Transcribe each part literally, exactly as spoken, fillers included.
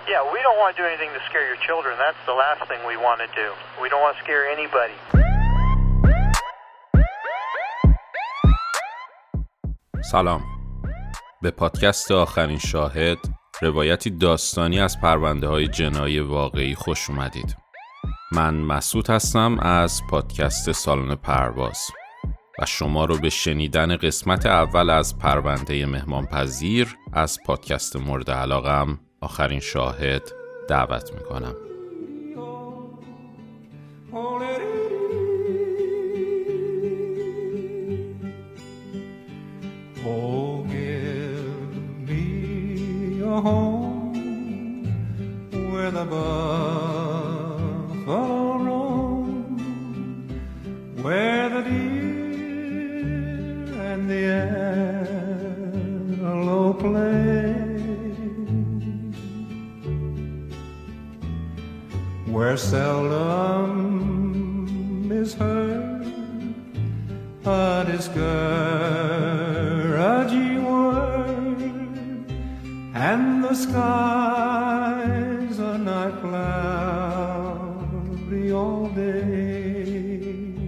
Yeah, we don't want to do anything to scare your children. That's the last thing we want to do. We don't want to scare anybody. سلام. به پادکست آخرین شاهد، روایتی داستانی از پرونده‌های جنایی واقعی خوش اومدید. من مسعود هستم از پادکست سالن پرواز و شما رو به شنیدن قسمت اول از پرونده مهمانپذیر از پادکست مورد علاقم آخرین شاهد دعوت میکنم. Oh, give me a home where the buffalo roam, where the deer and the antelope play, where seldom is heard a discouraging word, and the skies are not cloudy all day.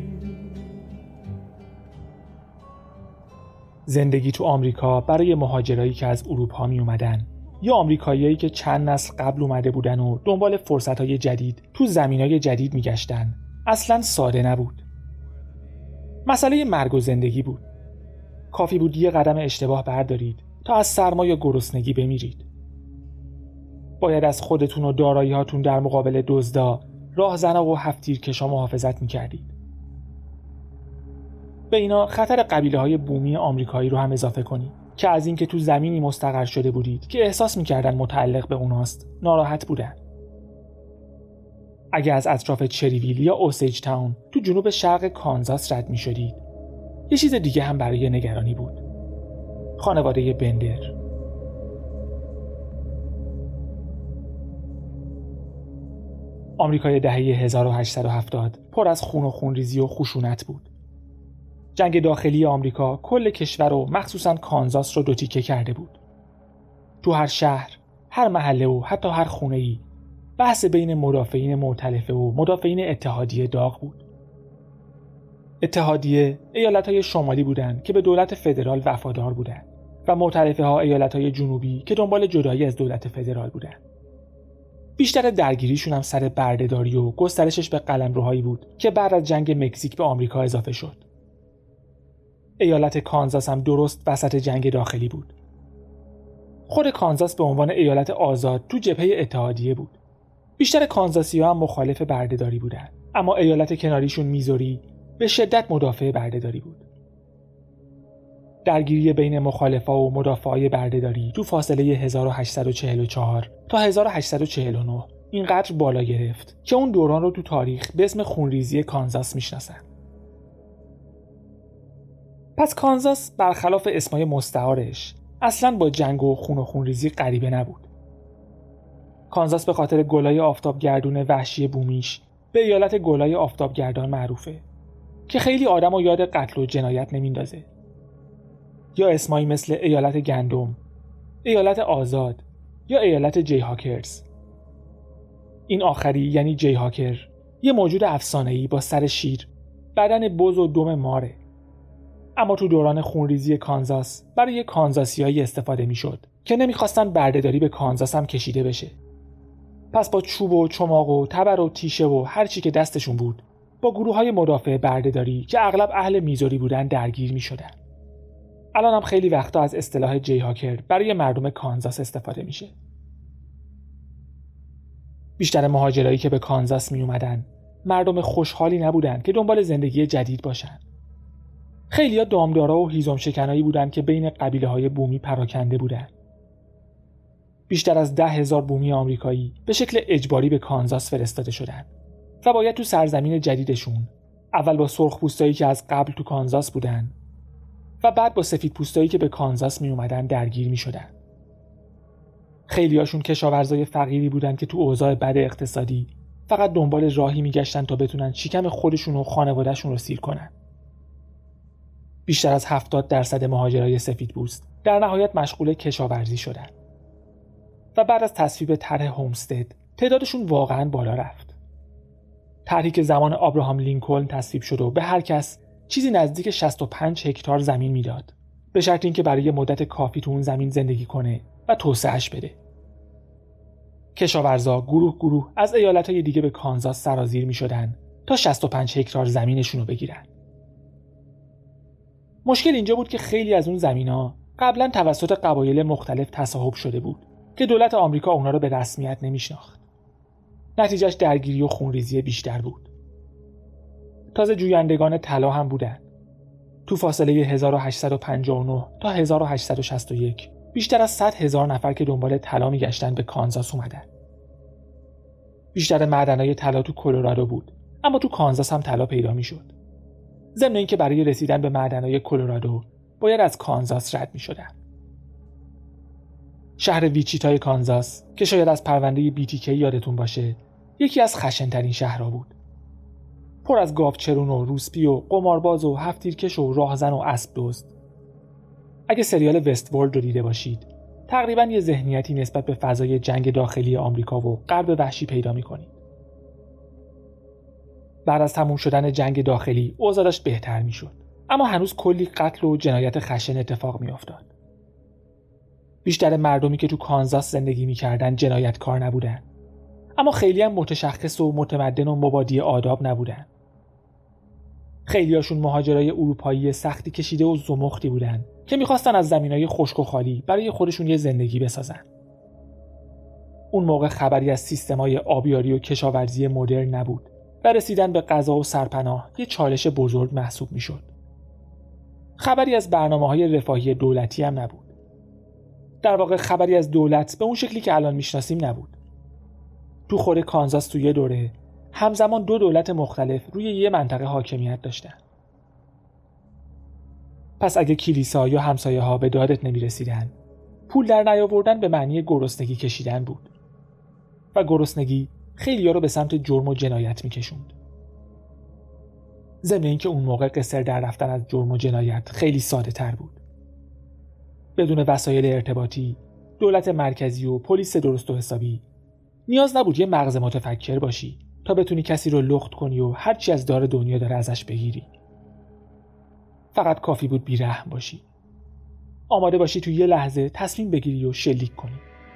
زندگی تو آمریکا برای مهاجرایی که از اروپا می اومدن یا آمریکاییایی که چند نسل قبل اومده بودن و دنبال فرصت‌های جدید تو زمینای جدید میگشتن اصلاً ساده نبود. مسئله مرگ و زندگی بود. کافی بود یه قدم اشتباه بردارید تا از سرما یا گرسنگی بمیرید. باید از خودتون و دارایی‌هاتون در مقابل دزدا، راهزنا و هفت‌تیرکشا محافظت می‌کردید. به اینا خطر قبیله‌های بومی آمریکایی رو هم اضافه کنید که از اینکه تو زمینی مستقر شده بودید که احساس می‌کردن متعلق به اوناست، ناراحت بودن. اگه از اطراف چریویل یا اوسیج تاون تو جنوب شرق کانزاس رد می‌شدید، یه چیز دیگه هم برای نگرانی بود. خانواده بندر. آمریکای دهه هزار و هشتصد و هفتاد پر از خون و خونریزی و خشونت بود. جنگ داخلی آمریکا کل کشور و مخصوصاً کانزاس رو دو تیکه کرده بود. تو هر شهر، هر محله و حتی هر خونه‌ای بحث بین مدافعین مؤتلفه و مدافعین اتحادیه داغ بود. اتحادیه ایالت‌های شمالی بودند که به دولت فدرال وفادار بودند و مؤتلفه ها ایالت‌های جنوبی که دنبال جدایی از دولت فدرال بودند. بیشتر درگیریشون هم سر بردهداری و گسترشش به قلمروهایی بود که بعد از جنگ مکزیک به آمریکا اضافه شد. ایالت کانزاس هم درست وسط جنگ داخلی بود. خود کانزاس به عنوان ایالت آزاد تو جبهه اتحادیه بود. بیشتر کانزاسی‌ها هم مخالف بردهداری بودند، اما ایالت کناریشون میزوری به شدت مدافع بردهداری بود. درگیری بین مخالفا و مدافعای بردهداری تو فاصله هزار و هشتصد و چهل و چهار تا هزار و هشتصد و چهل و نه اینقدر بالا گرفت که اون دوران رو تو تاریخ به اسم خونریزی کانزاس میشناسن. پس کانزاس برخلاف اسمای مستعارش اصلاً با جنگ و خون و خونریزی غریبه نبود. کانزاس به خاطر گلای آفتابگردون وحشی بومیش به ایالت گلای آفتابگردان معروفه که خیلی آدمو یاد قتل و جنایت نمیندازه. یا اسمایی مثل ایالت گندم، ایالت آزاد یا ایالت جی هاکرز. این آخری یعنی جی هاکر یه موجود افسانه‌ای با سر شیر، بدن بز و دم ماره. اما تو دوران خونریزی کانزاس برای کانزاسیایی استفاده میشد که نمیخواستن بردهداری به کانزاس هم کشیده بشه. پس با چوب و چماق و تبر و تیشه و هر چی که دستشون بود با گروه‌های مدافع بردهداری که اغلب اهل میزوری بودن درگیر می‌شدن. الان هم خیلی وقتا از اصطلاح جی هاکر برای مردم کانزاس استفاده میشه. بیشتر مهاجرایی که به کانزاس می اومدن مردم خوشحالی نبودن که دنبال زندگی جدید باشن. خیلی‌ها دامدارا و هیزم شکنایی بودن که بین قبیله‌های بومی پراکنده بودن. بیشتر از ده هزار بومی آمریکایی به شکل اجباری به کانزاس فرستاده شدند و باید تو سرزمین جدیدشون اول با سرخپوستایی که از قبل تو کانزاس بودن و بعد با سفیدپوستایی که به کانزاس می اومدن درگیر می شدن. خیلی هاشون کشاورزای فقیری بودن که تو اوضاع بد اقتصادی فقط دنبال راهی می گشتن تا بتونن شکم خودشون و خانوادهشون رو سیر کنن. بیشتر از هفتاد درصد مهاجرای سفیدپوست در نهایت مشغول کشاورزی شدن. و بعد از تصویب طرح هومستد تعدادشون واقعاً بالا رفت. طرحی که زمان آبراهام لینکلن تصویب شد و به هر کس چیزی نزدیک شصت و پنج هکتار زمین میداد، به شرط اینکه برای مدت کافی تو اون زمین زندگی کنه و توسعه‌اش بده. کشاورزا گروه گروه از ایالت‌های دیگه به کانزاس سرازیر می‌شدن تا شصت و پنج هکتار زمینشون رو بگیرن. مشکل اینجا بود که خیلی از اون زمین‌ها قبلا توسط قبایل مختلف تصاحب شده بود که دولت آمریکا اونا رو به رسمیت نمی‌شناخت. نتیجهش درگیری و خونریزی بیشتر بود. تازه جویندگان طلا هم بودن. تو فاصله هزار و هشتصد و پنجاه و نه تا هزار و هشتصد و شصت و یک بیشتر از صد هزار نفر که دنبال طلا میگشتن به کانزاس اومدن. بیشتر معدن‌های طلا تو کلرادو بود، اما تو کانزاس هم طلا پیدا میشد. ضمن اینکه برای رسیدن به معدن‌های کلرادو باید از کانزاس رد میشدن. شهر ویچیتای کانزاس که شاید از پرونده بی تی کی یادتون باشه، یکی از خشن‌ترین شهرها بود. پر از گاوچرون و روسپی و قمارباز و هفت‌تیرکش و راهزن و اسب دزد. اگه سریال وست ورلد رو دیده باشید، تقریباً یه ذهنیتی نسبت به فضای جنگ داخلی آمریکا و غرب وحشی پیدا می‌کنید. بعد از تموم شدن جنگ داخلی، اوضاع داشت بهتر می‌شد، اما هنوز کلی قتل و جنایت خشن اتفاق می‌افتاد. بیشتر مردمی که تو کانزاس زندگی می‌کردن جنایتکار نبودن، اما خیلی هم متشخص و متمدن و مبادی آداب نبودن. خیلیاشون مهاجرای اروپایی سختی کشیده و زمختی بودن که میخواستن از زمینای خشک و خالی برای خودشون یه زندگی بسازن. اون موقع خبری از سیستمای آبیاری و کشاورزی مدرن نبود و رسیدن به غذا و سرپناه یه چالش بزرگ محسوب میشد. خبری از برنامه‌های رفاهی دولتی هم نبود. در واقع خبری از دولت به اون شکلی که الان میشناسیم نبود. تو خود کانزاس تو یه دوره همزمان دو دولت مختلف روی یه منطقه حاکمیت داشتن. پس اگه کلیسا یا همسایه ها به دادت نمی رسیدن، پول در نیاوردن به معنی گرسنگی کشیدن بود. و گرسنگی خیلی ها رو به سمت جرم و جنایت می کشوند. ضمن اینکه اون موقع قصر در رفتن از جرم و جنایت خیلی ساده تر بود. بدون وسایل ارتباطی، دولت مرکزی و پلیس درست و حسابی، نیاز نبود یه مغز متفکر باشی تا بتونی کسی رو لخت کنی و هر چی از دار دنیا داره ازش بگیری. فقط کافی بود بیرحم باشی. آماده باشی تو یه لحظه تصمیم بگیری و شلیک کنی.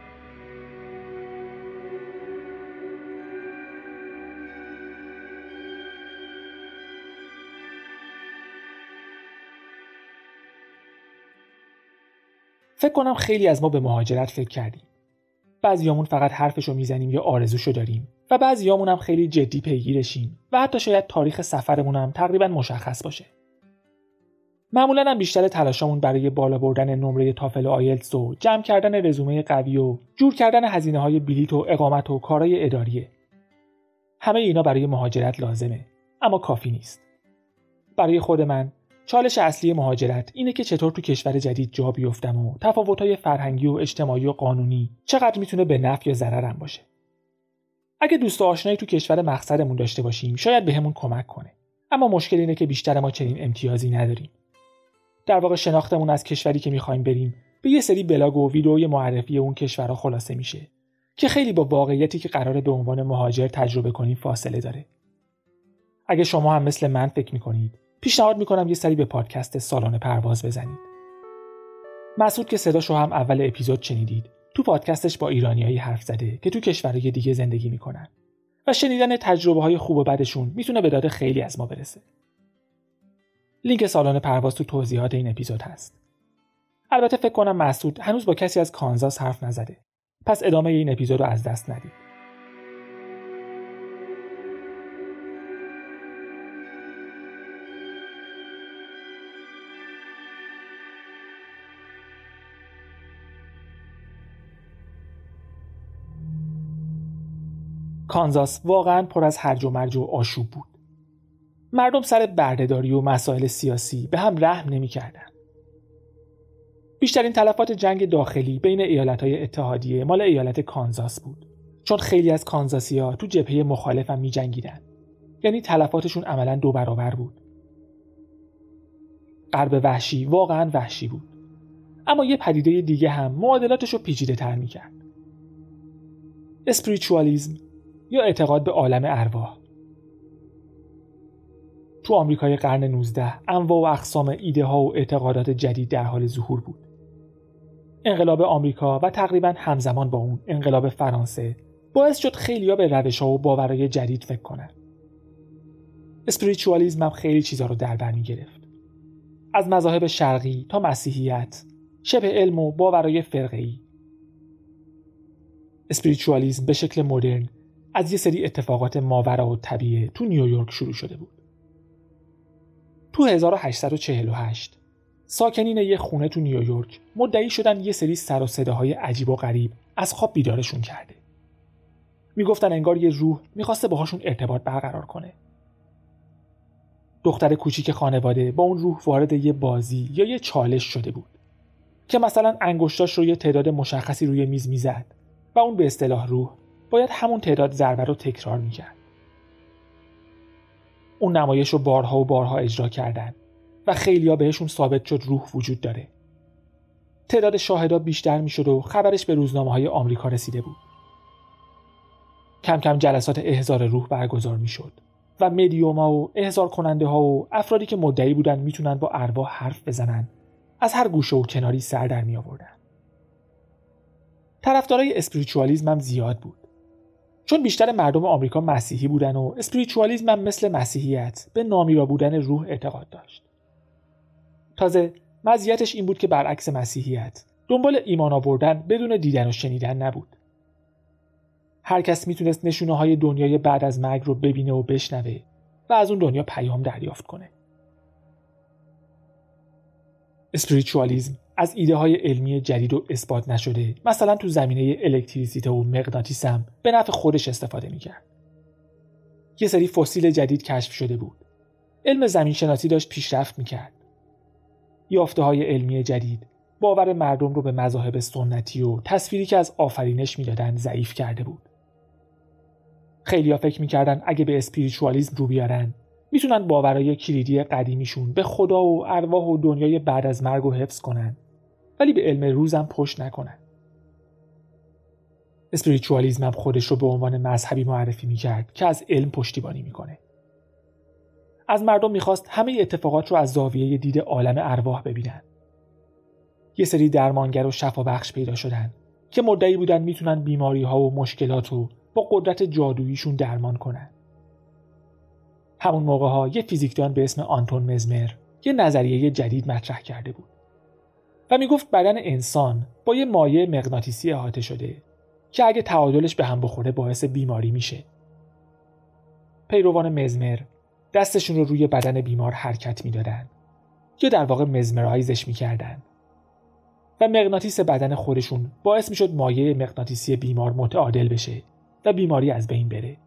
فکر کنم خیلی از ما به مهاجرت فکر کردیم. بعضیامون فقط حرفشو میزنیم یا آرزوشو داریم و بعضیامون هم خیلی جدی پیگیرشیم و حتی شاید تاریخ سفرمون هم تقریبا مشخص باشه. معمولاً هم بیشتر تلاشمون برای بالا بردن نمره تافل و آیلتس و جمع کردن رزومه قوی و جور کردن هزینه‌های بلیط و اقامت و کارهای اداریه. همه اینا برای مهاجرت لازمه، اما کافی نیست. برای خود من چالش اصلی مهاجرت اینه که چطور تو کشور جدید جا بیفتم و تفاوت‌های فرهنگی و اجتماعی و قانونی چقدر میتونه به نفع یا ضررم باشه. اگه دوست و آشنایی تو کشور مقصدمون داشته باشیم شاید بهمون کمک کنه، اما مشکل اینه که بیشتر ما چنین امتیازی نداریم. در واقع شناختمون از کشوری که می‌خوایم بریم به یه سری بلاگ و ویدئوی معرفی اون کشورها خلاصه میشه که خیلی با واقعیتی که قراره به عنوان مهاجر تجربه کنیم فاصله داره. اگه شما هم مثل من فکر می‌کنید، پیشنهاد میکنم یه سری به پادکست سالن پرواز بزنید. مسعود که صداشو هم اول اپیزود شنیدید، تو پادکستش با ایرانیایی حرف زده که تو کشورهای دیگه زندگی میکنن و شنیدن تجربه‌های خوب و بدشون میتونه به داد خیلی از ما برسه. لینک سالن پرواز تو توضیحات این اپیزود هست. البته فکر کنم مسعود هنوز با کسی از کانزاس حرف نزده، پس ادامه این اپیزود رو از دست ندید. کانزاس واقعاً پر از هرج و مرج و آشوب بود. مردم سر بردهداری و مسائل سیاسی به هم رحم نمی‌کردن. بیشترین تلفات جنگ داخلی بین ایالت‌های اتحادیه مال ایالت کانزاس بود، چون خیلی از کانزاسی‌ها تو جبهه مخالف هم می‌جنگیدن. یعنی تلفاتشون عملاً دو برابر بود. غرب وحشی واقعاً وحشی بود. اما یه پدیده دیگه هم معادلاتش رو پیچیده‌تر می‌کرد. اسپریچوالیسم یا اعتقاد به عالم ارواح. تو آمریکای قرن نوزدهم انواع و اقسام ایده ها و اعتقادات جدید در حال ظهور بود. انقلاب آمریکا و تقریباً همزمان با اون انقلاب فرانسه باعث شد خیلیا به روش‌ها و باورهای جدید فکر کنن. اسپریچوالیسم هم خیلی چیزا رو در بر می‌گرفت. از مذاهب شرقی تا مسیحیت، شبه علم و باورهای فرقه‌ای. اسپریچوالیسم به شکل مدرن از یه سری اتفاقات ماورا و طبیعه تو نیویورک شروع شده بود. تو هزار و هشتصد و چهل و هشت ساکنین یه خونه تو نیویورک مدعی شدن یه سری سر و صداهای عجیب و غریب از خواب بیدارشون کرده. میگفتن انگار یه روح میخواسته باهاشون ارتباط برقرار کنه. دختر کوچیک خانواده با اون روح وارد یه بازی یا یه چالش شده بود که مثلا انگشتاش رو یه تعداد مشخصی روی میز میزد و اون به اصطلاح روح باید همون تعداد ضربه رو تکرار میکرد. اون نمایش رو بارها و بارها اجرا کردن و خیلیا بهشون ثابت شد روح وجود داره. تعداد شاهدا بیشتر میشد و خبرش به روزنامه‌های آمریکا رسیده بود. کم کم جلسات احضار روح برگزار میشد و مدیوما و احضار کننده ها و افرادی که مدعی بودن میتونن با ارواح حرف بزنن از هر گوشه و کناری سر در می آوردن. طرفدارای اسپریچوالیسم هم زیاد بود. چون بیشتر مردم آمریکا مسیحی بودن و اسپریچوالیسم هم مثل مسیحیت به نامیرا بودن روح اعتقاد داشت. تازه مزیتش این بود که برعکس مسیحیت دنبال ایمان آوردن بدون دیدن و شنیدن نبود. هر کس میتونست نشونه های دنیای بعد از مرگ رو ببینه و بشنوه و از اون دنیا پیام دریافت کنه. اسپریچوالیسم از ایده های علمی جدید و اثبات نشده، مثلا تو زمینه الکتریسیته و مغناطیس هم به نفع خودش استفاده میکرد. یه سری فسیل جدید کشف شده بود. علم زمین شناسی داشت پیشرفت میکرد. یافته های علمی جدید باور مردم رو به مذاهب سنتی و تصویری که از آفرینش میدادن ضعیف کرده بود. خیلیا فکر میکردن اگه به اسپریچوالیسم رو بیارن میتونن باورهای کلیدی قدیمیشون به خدا و ارواح و دنیای بعد از مرگ رو حفظ کنن، ولی به علم روزم پشت نکنن. اسپریچوالیسم هم خودش رو به عنوان مذهبی معرفی میکرد که از علم پشتیبانی میکنه. از مردم میخواست همه اتفاقات رو از زاویه دید عالم ارواح ببینن. یه سری درمانگر و شفابخش پیدا شدن که مدعی بودن میتونن بیماری ها و مشکلات رو با قدرت جادوییشون درمان کنن. همون موقع ها یه فیزیکدان به اسم آنتون مزمر یه نظریه جدید مطرح کرده بود و میگفت بدن انسان با یه مایع مغناطیسی احاطه شده که اگه تعادلش به هم بخوره باعث بیماری میشه. پیروان مزمر دستشون رو روی بدن بیمار حرکت میدادن یا در واقع مزمرایزش میکردن و مغناطیس بدن خودشون باعث میشد مایع مغناطیسی بیمار متعادل بشه و بیماری از بین بره.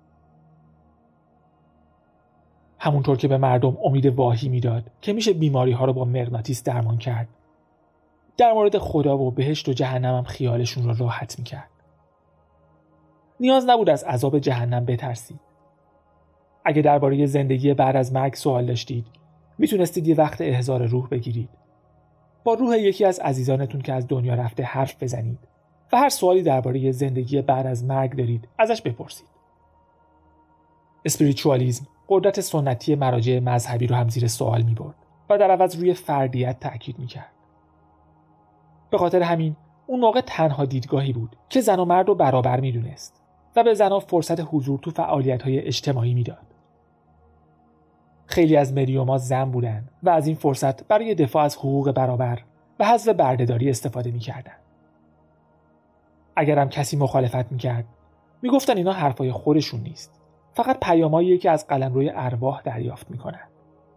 همونطور که به مردم امید واهی میداد که میشه بیماری ها رو با مغناطیس درمان کرد، در مورد خدا و بهشت و جهنم هم خیالشون رو راحت میکرد. نیاز نبود از عذاب جهنم بترسید. اگه درباره زندگی بعد از مرگ سوال داشتید، میتونستید یه وقت احضار روح بگیرید. با روح یکی از عزیزانتون که از دنیا رفته حرف بزنید و هر سوالی درباره زندگی بعد از مرگ دارید ازش بپرسید. اسپریچوالیسم قدرت سنتی مراجع مذهبی رو هم زیر سوال می‌برد و در عوض روی فردیت تأکید می‌کرد. به خاطر همین اون موقع تنها دیدگاهی بود که زن و مرد رو برابر می‌دونست و به زن‌ها فرصت حضور تو فعالیت‌های اجتماعی میداد. خیلی از مدیوما زن بودن و از این فرصت برای دفاع از حقوق برابر و حذف بردهداری استفاده می‌کردن. اگر هم کسی مخالفت می‌کرد، میگفتن اینا حرفای خودشون نیست، فقط پیاماییه که از قلمروی ارواح دریافت می‌کنن.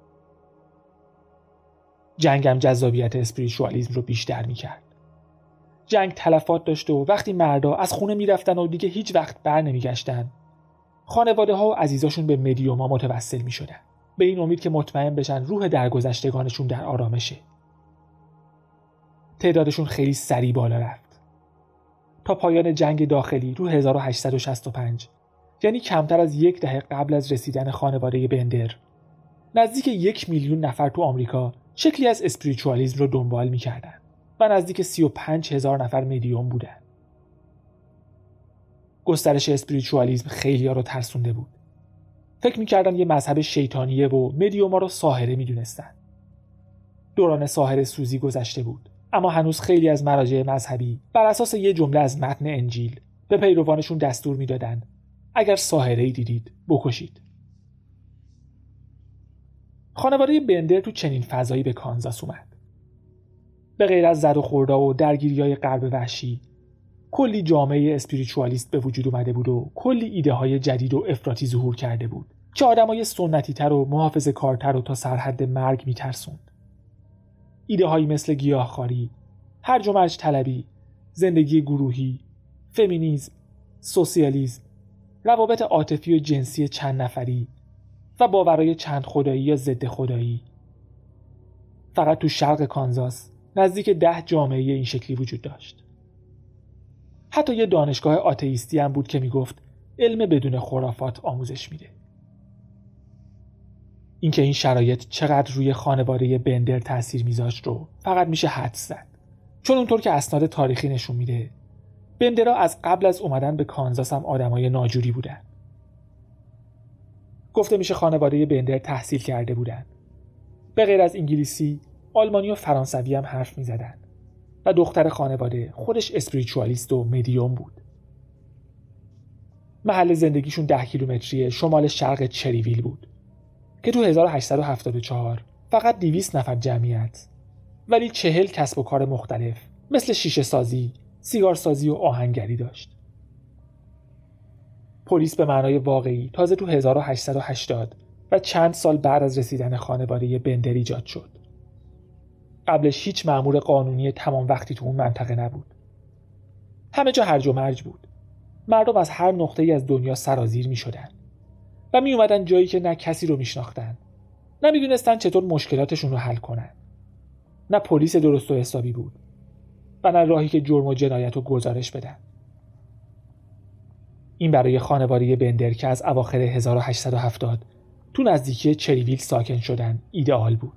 جنگ هم جذابیت اسپریچوالیسم رو بیشتر می‌کرد. جنگ تلفات داشت و وقتی مردا از خونه می‌رفتن و دیگه هیچ وقت بر نمیگشتن، خانواده‌ها و عزیزاشون به مدیوما متوسل می‌شدن، به این امید که مطمئن بشن روح درگذشتگانشون در آرامشه. تعدادشون خیلی سریع بالا رفت. تا پایان جنگ داخلی رو هزار و هشتصد و شصت و پنج، یعنی کمتر از یک دهه قبل از رسیدن خانواده بندر، نزدیک یک میلیون نفر تو آمریکا شکلی از اسپریچوالیسم رو دنبال می‌کردن و نزدیک سی و پنج هزار نفر مدیوم بودن. گسترش اسپریچوالیسم خیلی‌ها رو ترسونده بود. فکر می‌کردن یه مذهب شیطانیه و مدیوما رو ساحره می‌دونستن. دوران ساحره سوزی گذشته بود، اما هنوز خیلی از مراجع مذهبی بر اساس یه جمله از متن انجیل به پیروانشون دستور می‌دادن اگر ساحره‌ای دیدید بکشید. خانواده بندر تو چنین فضایی به کانزاس اومد. به غیر از زد و خوردا و درگیری‌های غرب وحشی، کلی جامعه اسپریچوالیست به وجود اومده بود و کلی ایده های جدید و افراطی ظهور کرده بود که آدمای سنتی تر و محافظه کارتر رو تا سرحد مرگ میترسوند. ایده هایی مثل گیاهخواری، هرج و مرج طلبی، زندگی گروهی، فمینیسم، سوسیالیسم، روابط عاطفی و جنسی چند نفری و باورهای چند خدایی یا ضد خدایی. فقط تو شرق کانزاس نزدیک ده جامعه این شکلی وجود داشت. حتی یه دانشگاه آتئیستی هم بود که میگفت علم بدون خرافات آموزش میده. اینکه این شرایط چقدر روی خانواده بندر تأثیر میذاشت رو فقط میشه حدس زد. چون اونطور که اسناد تاریخی نشون میده، بندرها از قبل از اومدن به کانزاس هم آدمای ناجوری بودن. گفته میشه خانواده بندر تحصیل کرده بودن. به غیر از انگلیسی، آلمانی و فرانسوی هم حرف میزدن. و دختر خانواده خودش اسپریچوالیست و مدیوم بود. محل زندگیشون ده کیلومتری شمال شرق چریویل بود که تو هزار و هشتصد و هفتاد و چهار فقط دویست نفر جمعیت ولی چهل کسب و کار مختلف مثل شیشه سازی، سیگار سازی و آهنگری داشت. پلیس به معنای واقعی تازه تو هزار و هشتصد و هشتاد و چند سال بعد از رسیدن خانواده بندر ایجاد شد. قبلش هیچ مأمور قانونی تمام وقتی تو اون منطقه نبود. همه جا هرج و مرج بود. مردم از هر نقطه‌ای از دنیا سرازیر می شدن و می اومدن جایی که نه کسی رو می شناختن، نه می دونستن چطور مشکلاتشون رو حل کنن. نه پلیس درست و حسابی بود و نه راهی که جرم و جنایت رو گزارش بدن. این برای خانواده بندر که از اواخر هزار و هشتصد و هفتاد تو نزدیکی چریویل ساکن شدن ایدئال بود.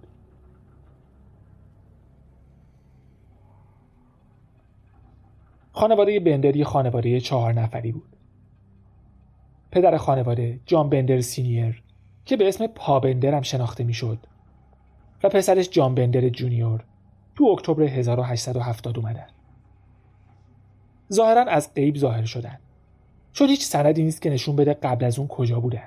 خانواده بندر خانواده چهار نفری بود. پدر خانواده جان بندر سینیر که به اسم پا بندر هم شناخته میشد و پسرش جان بندر جونیور تو اکتبر هزار و هشتصد و هفتاد اومدن. ظاهرا از غیب ظاهر شدن، چون هیچ سندی نیست که نشون بده قبل از اون کجا بودن.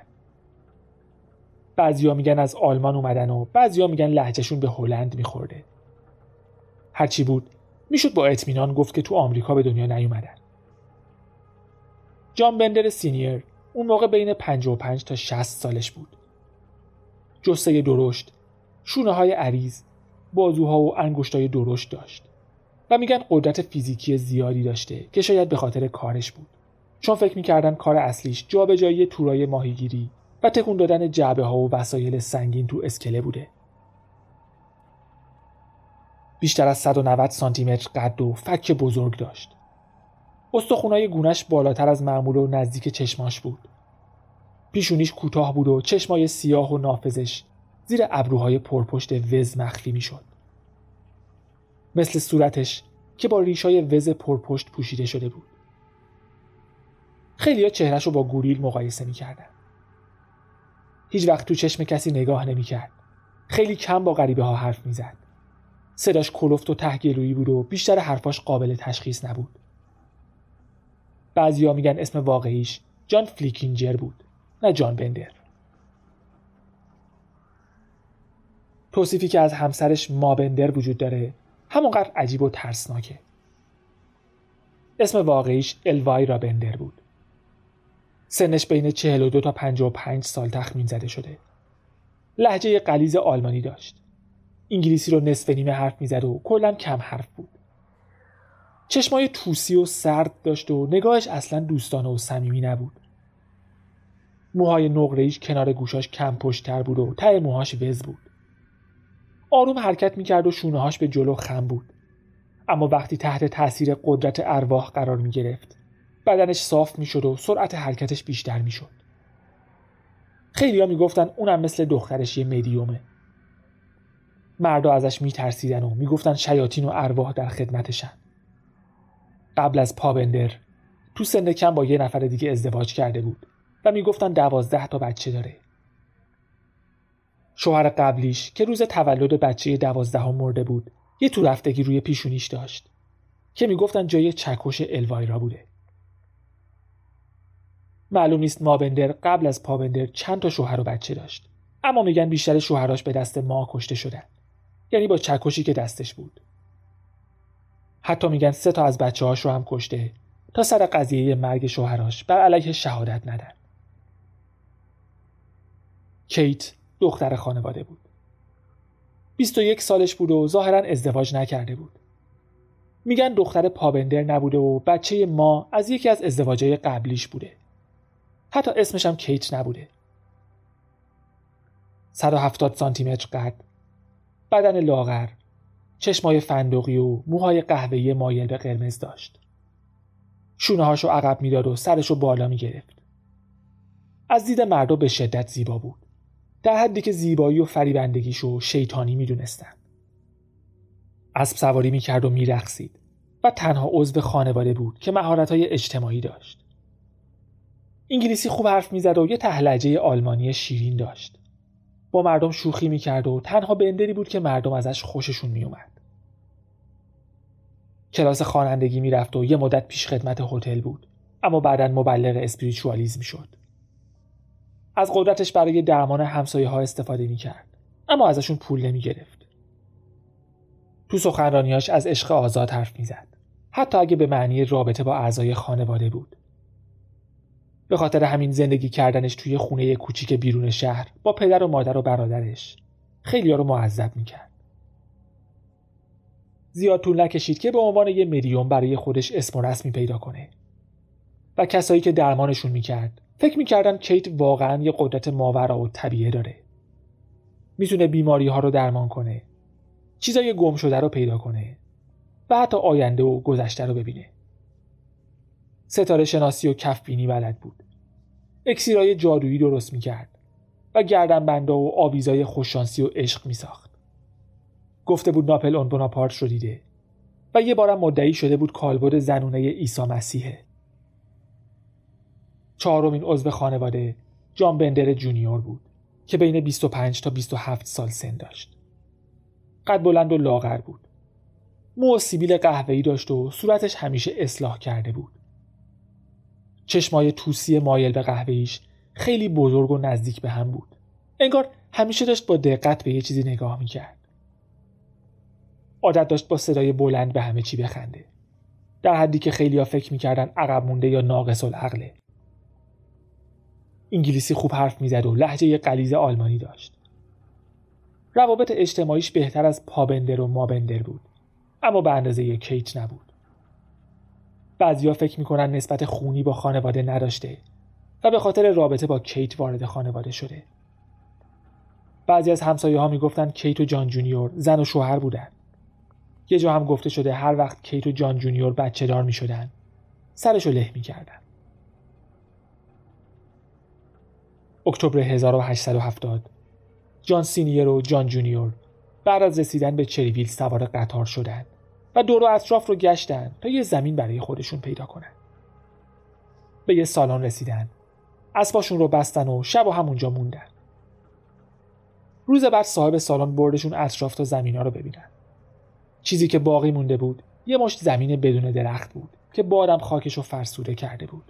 بعضیا میگن از آلمان اومدن و بعضیا میگن لهجهشون به هلند میخورده. هرچی بود میشد با اطمینان گفت که تو آمریکا به دنیا نیومدن. جان بندر سینیر اون موقع بین پنجاه و پنج تا شصت سالش بود. جثه درشت، شونه‌های عریض، بازوها و انگشتای درشت داشت و میگن قدرت فیزیکی زیادی داشته که شاید به خاطر کارش بود، چون فکر میکردن کار اصلیش جابجایی تورای ماهیگیری و تکون دادن جعبه ها و وسایل سنگین تو اسکله بوده. بیشتر از صد و نود سانتی متر قد و فک بزرگ داشت. استخونای گونه‌اش بالاتر از معمول و نزدیک چشماش بود. پیشونیش کوتاه بود و چشمای سیاه و نافذش زیر ابروهای پرپشت وز مخفی میشد. مثل صورتش که با ریشای وز پرپشت پوشیده شده بود. خیلیا چهرهشو با گوریل مقایسه میکردن. هیچ وقت تو چشم کسی نگاه نمیکرد. خیلی کم با غریبه ها حرف میزد. صداش کلفت و ته‌گلویی بود و بیشتر حرفاش قابل تشخیص نبود. بعضیا میگن اسم واقعیش جان فلیکینجر بود، نه جان بندر. توصیفی که از همسرش ما بندر وجود داره همونقدر عجیب و ترسناکه. اسم واقعیش الوایرا بندر بود. سنش بین چهل و دو تا پنجاه و پنج سال تخمین زده شده. لهجه غلیظ آلمانی داشت. انگلیسی رو نصف نیمه حرف میزد و کلاً کم حرف بود. چشمای توسی و سرد داشت و نگاهش اصلاً دوستانه و صمیمی نبود. موهای نقره‌ایش کنار گوشاش کم پشت‌تر بود و ته موهاش وز بود. آروم حرکت میکرد و شونه‌هاش به جلو خم بود. اما وقتی تحت تاثیر قدرت ارواح قرار میگرفت، بدنش صاف میشد و سرعت حرکتش بیشتر میشد. خیلی‌ها میگفتن اونم مثل دخترش یه مدیومه. مردا ازش میترسیدن و میگفتن شیاطین و ارواح در خدمتشن. قبل از پابندر تو سن کم با یه نفر دیگه ازدواج کرده بود و میگفتن دوازده تا بچه داره. شوهر قبلیش که روز تولد بچه دوازدهم مرده بود یه تو رفتگی روی پیشونیش داشت که میگفتن جای چکش الوایرا بوده. معلوم نیست مابندر قبل از پابندر چند تا شوهر و بچه داشت، اما میگن بیشتر شوهراش به دست ما کشته شدن، یعنی با چکشی که دستش بود. حتی میگن سه تا از بچه هاش رو هم کشته تا سر قضیه مرگ شوهراش بر علیه شهادت ندن. کیت دختر خانواده بود. بیست و یک سالش بود و ظاهراً ازدواج نکرده بود. میگن دختر پابندر نبوده و بچه ما از یکی از ازدواجهای قبلیش بوده. حتی اسمش هم کیت نبوده. صد و هفتاد سانتی متر قد، بدن لاغر، چشمای فندقی و موهای قهوه‌ای مایل به قرمز داشت. شونه‌هاشو عقب میداد و سرشو بالا میگرفت. از دید مردم به شدت زیبا بود، در حدی که زیبایی و فریبندگیشو شیطانی میدونستن. اسب سواری میکرد و میرقصید و تنها عضو خانواده بود که مهارت‌های اجتماعی داشت. انگلیسی خوب حرف میزد و یه لهجه آلمانی شیرین داشت. با مردم شوخی میکرد و تنها بندری بود که مردم ازش خوششون میومد. کلاس خوانندگی میرفت و یه مدت پیش خدمت هتل بود، اما بعداً مبلغ اسپریچوالیسم شد. از قدرتش برای درمان همسایه ها استفاده میکرد، اما ازشون پول نمیگرفت. تو سخنرانیاش از عشق آزاد حرف میزد، حتی اگه به معنی رابطه با اعضای خانواده بود. به خاطر همین زندگی کردنش توی خونه کوچیک بیرون شهر با پدر و مادر و برادرش خیلی‌ها رو معذب میکرد. زیاد طول نکشید که به عنوان یه مدیوم برای خودش اسم و رسمی پیدا کنه و کسایی که درمانشون میکرد فکر میکردن کیت واقعاً یه قدرت ماورا و طبیعه داره. میتونه بیماری ها رو درمان کنه، چیزای گم شده رو پیدا کنه و حتی آینده و گذشته رو ببینه. ستاره شناسی و کف بینی بلد بود. اکسیرای جادویی درست میکرد و گردنبندا و آویزای خوششانسی و عشق میساخت. گفته بود ناپلئون بناپارت رو دیده و یه بارم مدعی شده بود کالبد زنونه عیسی مسیحه. چهارمین عضو خانواده جان بندر جونیور بود که بین بیست و پنج تا بیست و هفت سال سن داشت. قد بلند و لاغر بود. مو و سیبیل قهوه‌ای داشت و صورتش همیشه اصلاح کرده بود. چشمای توسی مایل به قهوه‌ایش خیلی بزرگ و نزدیک به هم بود. انگار همیشه داشت با دقت به یه چیزی نگاه میکرد. عادت داشت با صدای بلند به همه چی بخنده، در حدی که خیلی‌ها فکر میکردن عقب مونده یا ناقص العقله. انگلیسی خوب حرف میزد و لهجه غلیظ آلمانی داشت. روابط اجتماعیش بهتر از پابندر و مابندر بود، اما به اندازه کیت نبود. بعضیا فکر میکنن نسبت خونی با خانواده نداشته و به خاطر رابطه با کیت وارد خانواده شده. بعضی از همسایه ها میگفتن کیت و جان جونیور زن و شوهر بودن. یه جا هم گفته شده هر وقت کیت و جان جونیور بچه دار میشدن سرشو له میکردن. اکتبر هزار و هشتصد و هفتاد جان سینیر و جان جونیور بعد از رسیدن به چریویل سوار قطار شدن و دور و اطراف رو گشتن تا یه زمین برای خودشون پیدا کنن. به یه سالن رسیدن، اسباشون رو بستن و شب و همونجا موندن. روز بعد صاحب سالن بردشون اطراف تا زمینا رو ببینن. چیزی که باقی مونده بود یه مشت زمین بدون درخت بود که بادم خاکشو فرسوده کرده بود.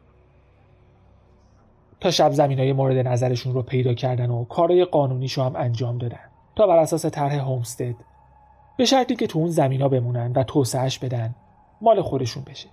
تا شب زمینای مورد نظرشون رو پیدا کردن و کارهای قانونیشو هم انجام دادن تا بر اساس طرح هومستد به شرطی که تو اون زمینا بمونن و توسعهش بدن مال خودشون بشه.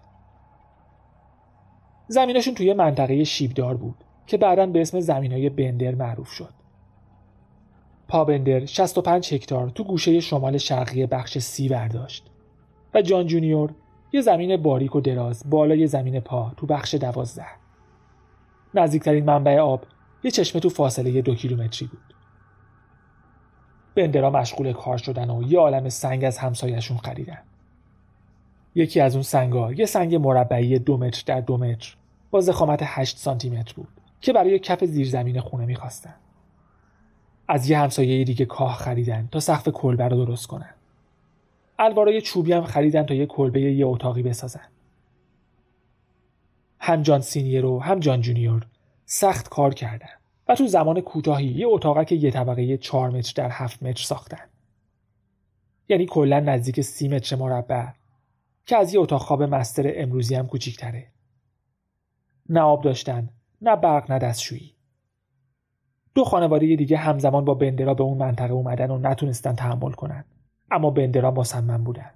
زمیناشون توی منطقه شیبدار بود که بعداً به اسم زمینای بندر معروف شد. پا بندر شصت و پنج هکتار تو گوشه شمال شرقی بخش سی برداشت و جان جونیور یه زمین باریک و دراز بالای زمین پا تو بخش دوازده. نزدیکترین منبع آب یه چشمه تو فاصله دو کیلومتری بود. بندرها مشغول کار شدن و یه عالم سنگ از همسایه‌شون خریدن. یکی از اون سنگا یه سنگ مربعی دو متر در دو متر با ضخامت هشت سانتی متر بود که برای کف زیرزمین خونه می‌خواستن. از یه همسایه دیگه کاه خریدن تا سقف کلبه رو درست کنن. الوارای چوبی هم خریدن تا یه کلبه یه اتاقی بسازن. هم جان سینیر و هم جان جونیور سخت کار کردن و تو زمان کوتاهی یه اتاقک یه طبقه چهار متر در هفت متر ساختن. یعنی کلا نزدیک سی متر مربع که از یه اتاق خواب مستر امروزی هم کوچیک‌تره. نه آب داشتن، نه برق، نه دستشویی. دو خانواده دیگه همزمان با بندرا به اون منطقه اومدن و نتونستن تحمل کنن. اما بندرا مصمم بودن.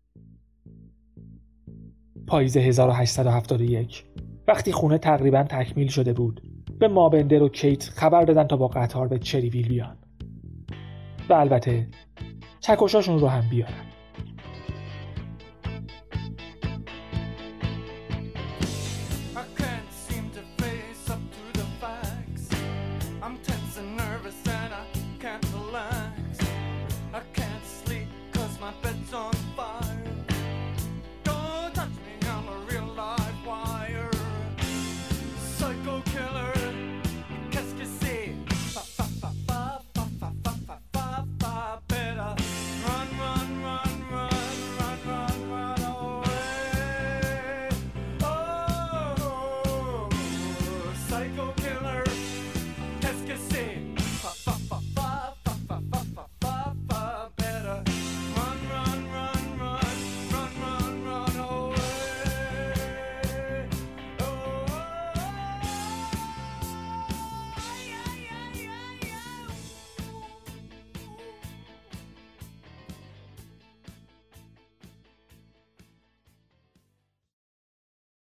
پاییز هزار و هشتصد و هفتاد و یک وقتی خونه تقریباً تکمیل شده بود، به ما بندر و کیت خبر دادن تا با قطار به چریویل بیان. و البته چکشاشون رو هم بیارن.